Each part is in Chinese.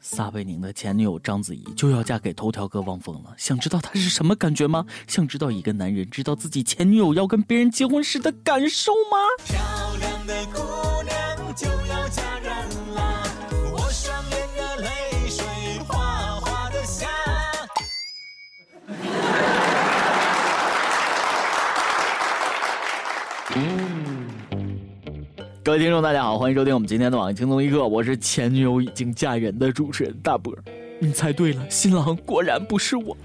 撒贝宁的前女友章子怡就要嫁给头条哥汪峰了，想知道他是什么感觉吗？想知道一个男人知道自己前女友要跟别人结婚时的感受吗？ 漂亮的姑娘就要嫁人了，我双眼的泪水哗哗的下。 各位听众大家好，欢迎收听我们今天的网易轻松一刻，我是前女友已经嫁人的主持人大波。你猜对了，新郎果然不是我。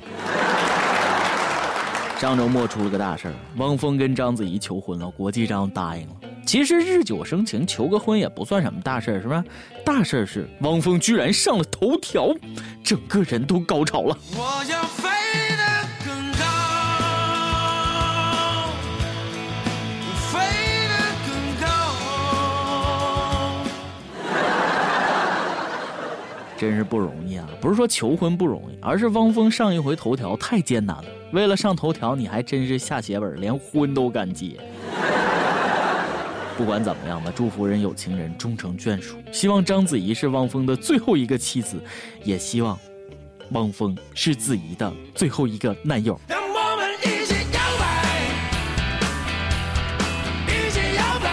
上周末出了个大事儿，汪峰跟章子怡求婚了，国际上答应了。其实日久生情，求个婚也不算什么大事儿，是吧？大事是汪峰居然上了头条，整个人都高潮了。 我要飞得更高，飞得更高。 真是不容易啊！不是说求婚不容易，而是汪峰上一回头条太艰难了。为了上头条，你还真是下血本，连婚都敢结。不管怎么样吧，祝福人有情人终成眷属。希望章子怡是汪峰的最后一个妻子，也希望汪峰是子怡的最后一个男友。 让我们一起摇摆，一起摇摆。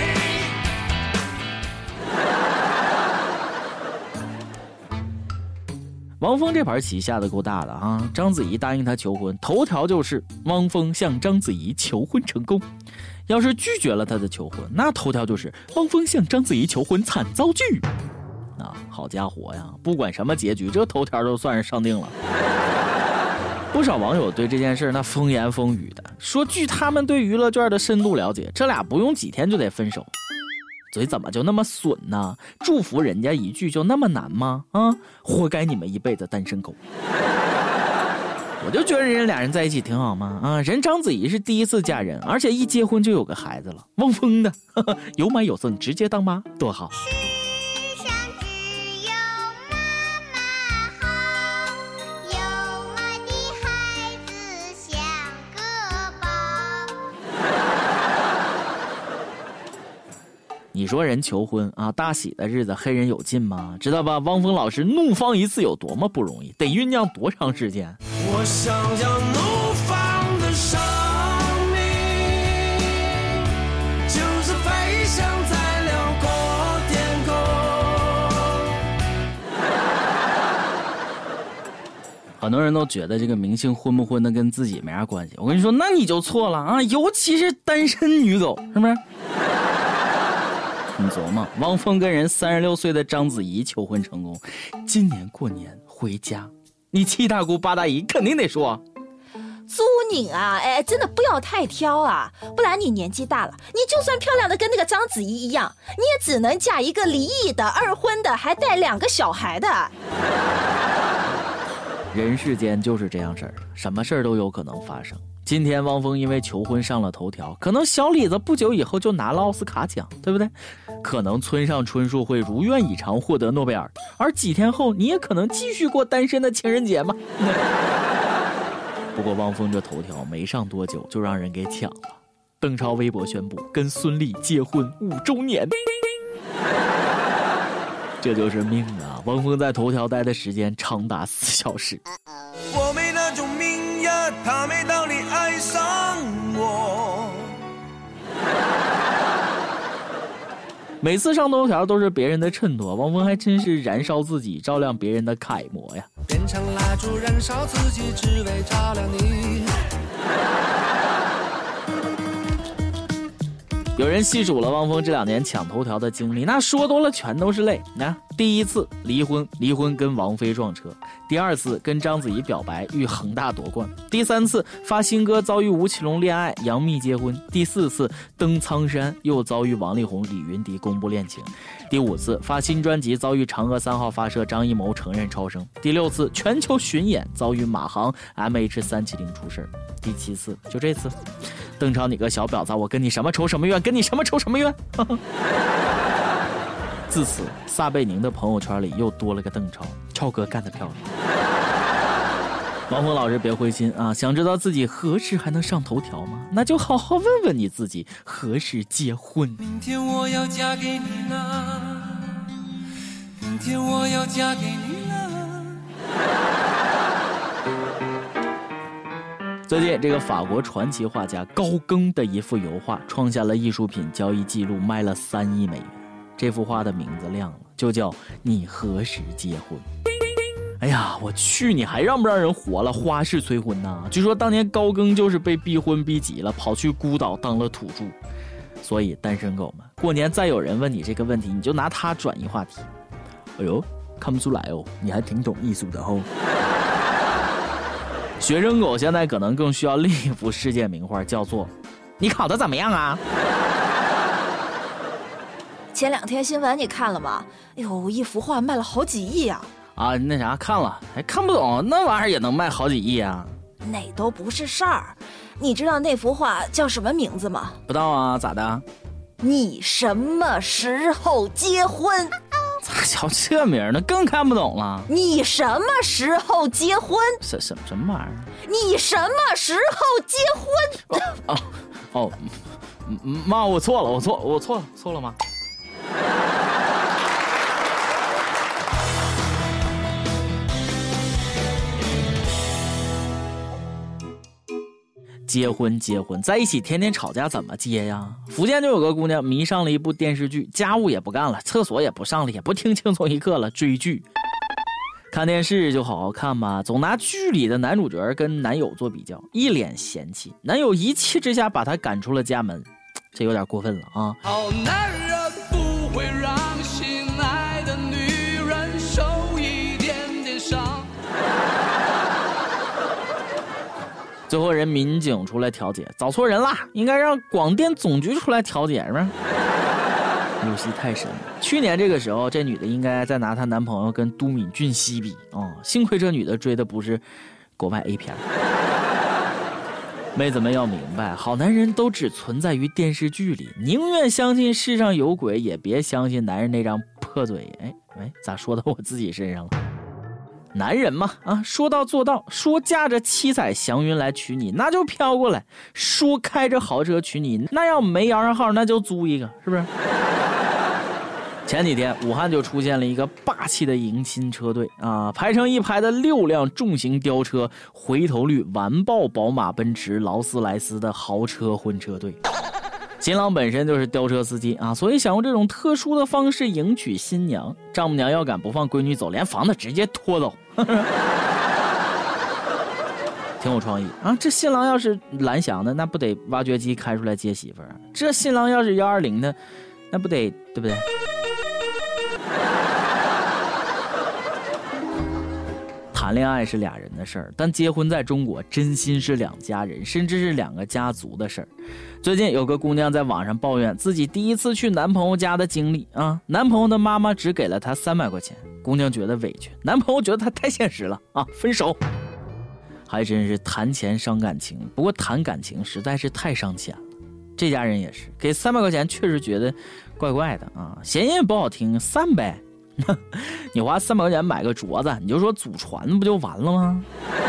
汪峰这盘棋下的够大的啊！章子怡答应他求婚，头条就是汪峰向章子怡求婚成功。要是拒绝了他的求婚，那头条就是汪峰向章子怡求婚惨遭拒。啊，好家伙呀！不管什么结局，这头条都算是上定了。不少网友对这件事那风言风语的，说据他们对娱乐圈的深度了解，这俩不用几天就得分手。嘴怎么就那么损呢？祝福人家一句就那么难吗？啊，活该你们一辈子单身狗。我就觉得人俩人在一起挺好嘛。啊，人章子怡是第一次嫁人，而且一结婚就有个孩子了。汪峰的有买有赠，直接当妈，多好。你说人求婚啊，大喜的日子黑人有劲吗？知道吧？汪峰老师怒放一次有多么不容易，得酝酿多长时间？ 我想要怒放的生命，就是飞翔在辽阔天空。 很多人都觉得这个明星婚不婚的跟自己没啥关系。我跟你说，那你就错了啊！尤其是单身女狗，是不是？你琢磨，汪峰跟人36岁的章子怡求婚成功，今年过年回家，你七大姑八大姨肯定得说： 苏宁啊，真的不要太挑啊，不然你年纪大了，你就算漂亮的跟那个章子怡一样，你也只能嫁一个离异的、二婚的，还带2个小孩的。 人世间就是这样事儿，什么事儿都有可能发生。今天汪峰因为求婚上了头条，可能小李子不久以后就拿了奥斯卡奖，对不对？可能村上春树会如愿以偿获得诺贝尔，而几天后你也可能继续过单身的情人节嘛。不过汪峰这头条没上多久就让人给抢了，邓超微博宣布跟孙俪结婚5周年。这就是命啊！汪峰在头条待的时间长达4小时。 我没那种命呀，他没道理爱上我。 每次上头条都是别人的衬托，汪峰还真是燃烧自己，照亮别人的楷模呀！ 变成蜡烛燃烧自己，只为照亮你。 有人细数了汪峰这2年抢头条的经历，那说多了全都是泪。第一次离婚跟王菲撞车；第2次跟章子怡表白遇恒大夺冠；第3次发新歌遭遇吴奇隆恋爱杨幂结婚；第4次登苍山又遭遇王力宏李云迪公布恋情；第5次发新专辑遭遇嫦娥3号发射张艺谋承认超生；第6次全球巡演遭遇马航 MH370 出事；第7次就这次，邓超你个小婊子，我跟你什么仇什么怨，跟你什么仇什么怨。自此撒贝宁的朋友圈里又多了个邓超，超哥干得漂亮。王峰老师别灰心啊，想知道自己何时还能上头条吗？那就好好问问你自己何时结婚。 明天我要嫁给你了，明天天我要嫁给你了。 最近，这个法国传奇画家高更的一幅油画创下了艺术品交易记录，卖了3亿美元。这幅画的名字亮了，就叫《你何时结婚》。哎呀，我去，你还让不让人活了？花式催婚呐！据说当年高更就是被逼婚逼急了，跑去孤岛当了土著。所以单身狗们，过年再有人问你这个问题，你就拿它转移话题。哎呦，看不出来哦，你还挺懂艺术的哦。学生狗现在可能更需要另一幅世界名画，叫做你考得怎么样啊？ 前2天新闻你看了吗？哎呦，一幅画卖了好几亿啊！ 啊，那啥看了，还看不懂，那玩意儿也能卖好几亿啊？ 那都不是事儿。你知道那幅画叫什么名字吗？ 不知道啊，咋的？ 你什么时候结婚？ 咋叫这名呢？更看不懂了。 你什么时候结婚？ 什么玩意儿？ 你什么时候结婚？ 妈，我错了，错了吗？结婚，在一起天天吵架怎么结呀？福建就有个姑娘迷上了一部电视剧，家务也不干了，厕所也不上了，也不听轻松一刻了，追剧。看电视就好好看吧，总拿剧里的男主角跟男友做比较，一脸嫌弃。男友一气之下把她赶出了家门，这有点过分了啊！ 好男人不会让心爱的女人受一点点伤。 最后人民警出来调解，找错人了，应该让广电总局出来调解是吧？入戏太深了。去年这个时候，这女的应该在拿她男朋友跟都敏俊熙比幸亏这女的追的不是国外 A 片。妹子们要明白，好男人都只存在于电视剧里，宁愿相信世上有鬼，也别相信男人那张破嘴。咋说到我自己身上了？男人嘛，说到做到，说驾着七彩祥云来娶你，那就飘过来；说开着豪车娶你，那要没摇上号，那就租一个，是不是？前几天，武汉就出现了一个霸气的迎亲车队排成一排的6辆重型吊车，回头率完爆宝马、奔驰、劳斯莱斯的豪车婚车队。新郎本身就是吊车司机所以想用这种特殊的方式迎娶新娘。丈母娘要敢不放闺女走，连房子直接拖走。挺有创意这新郎要是蓝翔的，那不得挖掘机开出来接媳妇儿？这新郎要是120的，那不得，对不对？谈恋爱是俩人的事儿，但结婚在中国真心是2家人，甚至是2个家族的事儿。最近有个姑娘在网上抱怨自己第一次去男朋友家的经历男朋友的妈妈只给了她300块钱，姑娘觉得委屈，男朋友觉得她太现实了分手。还真是谈钱伤感情，不过谈感情实在是太伤钱了。这家人也是给300块钱，确实觉得怪怪的谐音也不好听，300。你花300块钱买个镯子，你就说祖传不就完了吗？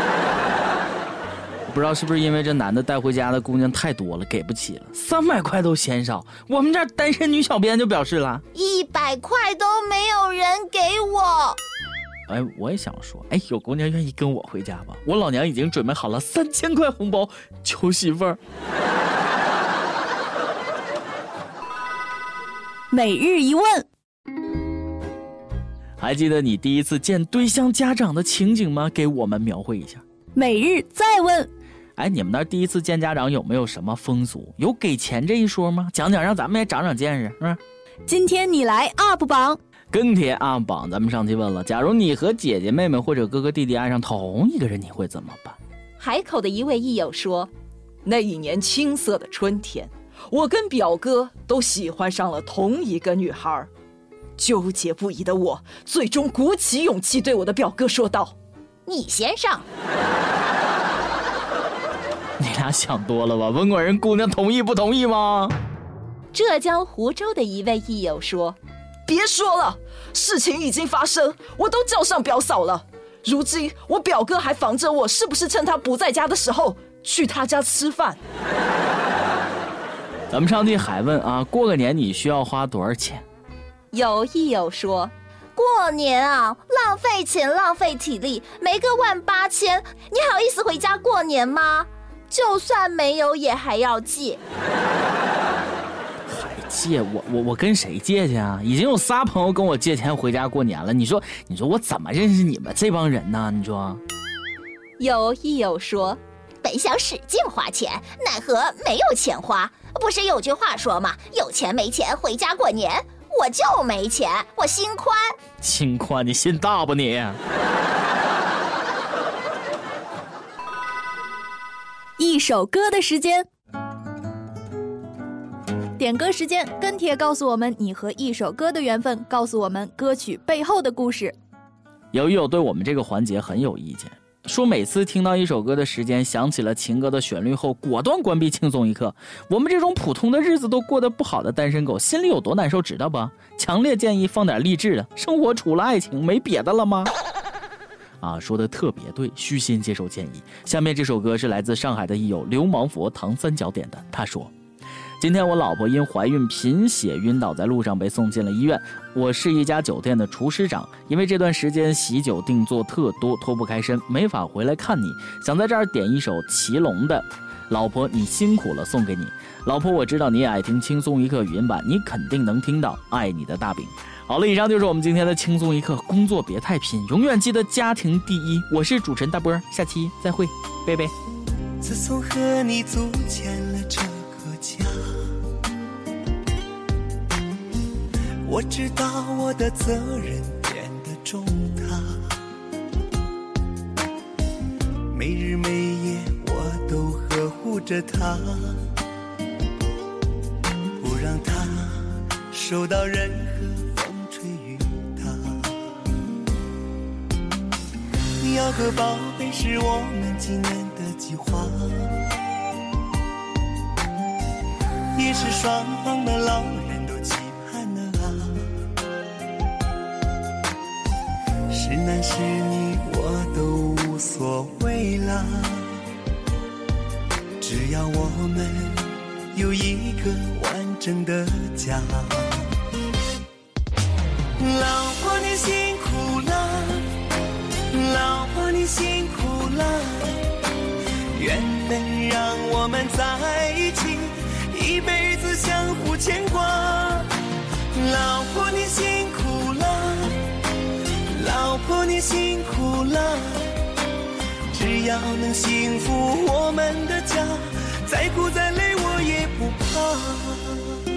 不知道是不是因为这男的带回家的姑娘太多了，给不起了，300块都嫌少。我们这儿单身女小编就表示了 ，100块都没有人给我。 我也想说，有姑娘愿意跟我回家吧？我老娘已经准备好了3000块红包求媳妇儿。 每日一问， 还记得你第一次见对象家长的情景吗？给我们描绘一下。 每日再问， 你们那儿第一次见家长有没有什么风俗？有给钱这一说吗？讲讲让咱们也长长见识，是吧？ 今天你来 UP 榜。 跟帖UP 榜，咱们上期问了，假如你和姐姐妹妹或者哥哥弟弟爱上同一个人，你会怎么办？ 海口的一位益友说， 那一年青涩的春天，我跟表哥都喜欢上了同一个女孩。纠结不已的我，最终鼓起勇气对我的表哥说道： 你先上。 你俩想多了吧？问过人姑娘同意不同意吗？ 浙江湖州的一位益友说， 别说了，事情已经发生，我都叫上表嫂了。如今我表哥还防着我是不是趁他不在家的时候去他家吃饭。 咱们上期还问过个年你需要花多少钱？ 有益友说， 过年啊，浪费钱浪费体力，没个18000，你好意思回家过年吗？就算没有也还要借。 借我跟谁借去啊？已经有仨朋友跟我借钱回家过年了，你说我怎么认识你们这帮人呢？你说。 有益友说，本想使劲花钱，奈何没有钱花。不是有句话说吗？有钱没钱回家过年。我就没钱，我心宽。 心宽？你心大不你？ 一首歌的时间。点歌时间，跟帖告诉我们你和一首歌的缘分，告诉我们歌曲背后的故事。 有益友对我们这个环节很有意见，说每次听到一首歌的时间响起了情歌的旋律后，果断关闭轻松一刻。我们这种普通的日子都过得不好的单身狗心里有多难受知道吧？强烈建议放点励志的，生活除了爱情没别的了吗？说的特别对，虚心接受建议。下面这首歌是来自上海的益友流氓佛唐三角点的，他说，今天我老婆因怀孕贫血晕倒在路上被送进了医院。我是一家酒店的厨师长，因为这段时间喜酒订座特多，脱不开身，没法回来看你，想在这儿点一首祁隆的老婆你辛苦了送给你。老婆，我知道你也爱听轻松一刻语音版，你肯定能听到，爱你的大饼。好了，以上就是我们今天的轻松一刻，工作别太拼，永远记得家庭第一。我是主持人大波，下期再会，拜拜。 自从和你组建了这个家，我知道我的责任变得重大，没日没夜我都呵护着她，不让她受到任何风吹雨打。要个宝贝是我们今年的计划，也是双方的老人都期盼的啊。是男是女我都无所谓啦，只要我们有一个完整的家。老婆你辛苦了，老婆你辛苦了，缘分让我们在一起，一辈子相互牵挂。老婆你辛苦了，老婆你辛苦了，只要能幸福我们的家，再苦再累我也不怕。